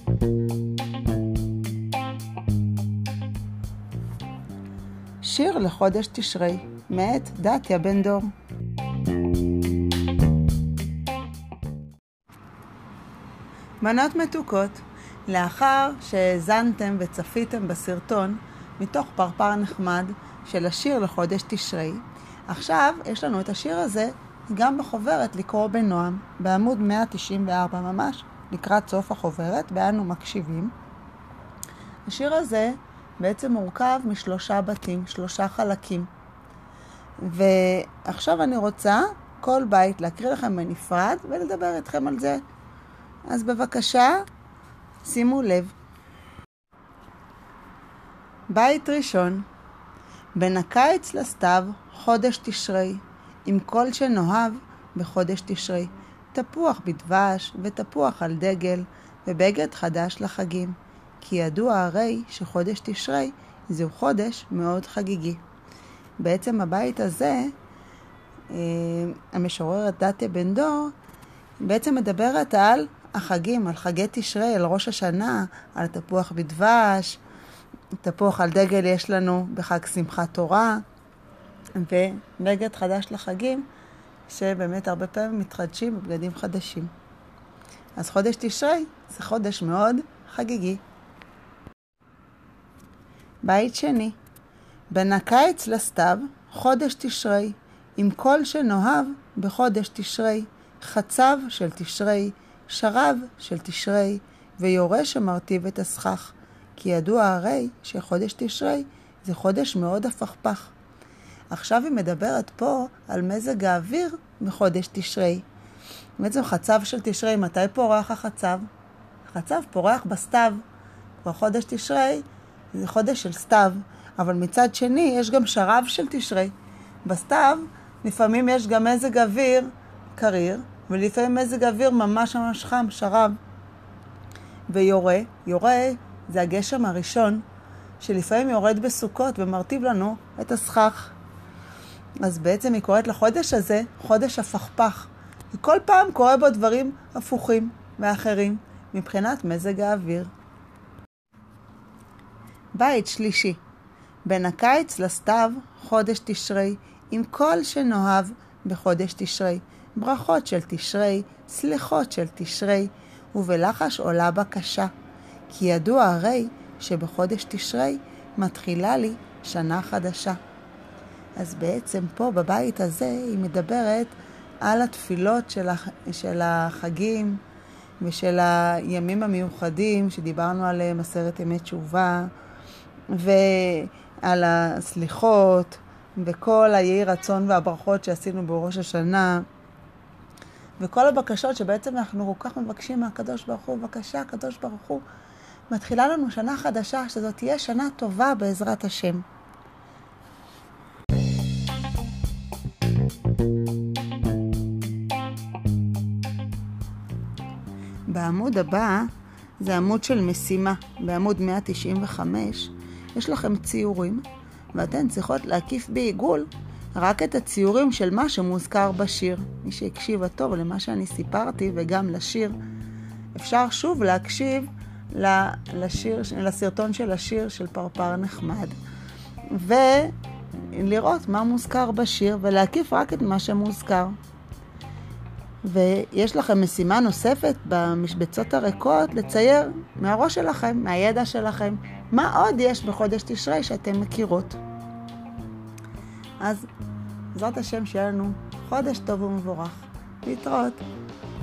שיר לחודש תשרי, מאת דתיה בן דור. בנות מתוקות, לאחר שהאזנתם וצפיתם בסרטון מתוך פרפר נחמד של השיר לחודש תשרי, עכשיו יש לנו את השיר הזה גם בחוברת לקרוא בנועם, בעמוד 194 ממש, לקראת סוף החוברת, ואנו מקשיבים. השיר הזה בעצם מורכב משלושה בתים, שלושה חלקים. ועכשיו אני רוצה כל בית להקריא לכם בנפרד ולדבר איתכם על זה. אז בבקשה, שימו לב. בית ראשון, בין הקיץ לסתיו, חודש תשרי, עם כל שנאהב בחודש תשרי, תפוח בדבש ותפוח על דגל ובגד חדש לחגים. כי ידוע הרי שחודש תשרי זהו חודש מאוד חגיגי. בעצם הבית הזה, המשוררת דתיה בן דור, בעצם מדברת על החגים, על חגי תשרי, על ראש השנה, על תפוח בדבש, תפוח על דגל יש לנו בחג שמחת תורה, ובגד חדש לחגים, שבאמת הרבה פעמים מתחדשים בבגדים חדשים. אז חודש תשרי זה חודש מאוד חגיגי. בית שני, בין הקיץ לסתיו, חודש תשרי, עם כל שנאהב בחודש תשרי, חצב של תשרי, שרב של תשרי, ויורה שמרטיב את הסכך. כי ידוע הרי שחודש תשרי זה חודש מאוד הפכפך. עכשיו היא מדברת פה על מזג האוויר בחודש תשרי. בעצם חצב של תשרי, מתי פורח החצב? החצב פורח בסתיו. כבר חודש תשרי זה חודש של סתיו, אבל מצד שני יש גם שרב של תשרי. בסתיו לפעמים יש גם מזג אוויר קריר, ולפעמים מזג אוויר ממש ממש חם, שרב. ויורה, יורה זה הגשם הראשון, שלפעמים יורד בסוכות ומרטיב לנו את הסכך. אז בעצם היא קוראת לחודש הזה חודש הפכפך. וכל פעם קורה בו דברים הפוכים ואחרים מבחינת מזג האוויר. בית שלישי, בין הקיץ לסתיו, חודש תשרי, עם כל שנאהב בחודש תשרי, ברכות של תשרי, סליחות של תשרי, ובלחש עולה בקשה. כי ידוע הרי שבחודש תשרי מתחילה לי שנה חדשה. אז בעצם פה בבית הזה היא מדברת על התפילות של החגים ושל הימים המיוחדים שדיברנו עליהם, 10 ימי תשובה, ועל הסליחות וכל היהי רצון והברכות שעשינו בראש השנה, וכל הבקשות שבעצם אנחנו כל כך מבקשים מהקדוש ברוך הוא, בבקשה הקדוש ברוך הוא, מתחילה לנו שנה חדשה, שזאת תהיה שנה טובה בעזרת השם. בעמוד הבא זה עמוד של משימה, בעמוד 195, יש לכם ציורים, ואתן צריכות להקיף בעיגול רק את הציורים של מה שמוזכר בשיר. מי שהקשיבה טוב למה שאני סיפרתי וגם לשיר, אפשר שוב להקשיב לסרטון של השיר של פרפר נחמד, ולראות מה מוזכר בשיר ולהקיף רק את מה שמוזכר. ויש לכם משימה נוספת במשבצות הריקות לצייר מהראש שלכם, מהידע שלכם, מה עוד יש בחודש תשרי שאתם מכירות. אז בעזרת השם שיהיה לנו חודש טוב ומבורך. להתראות.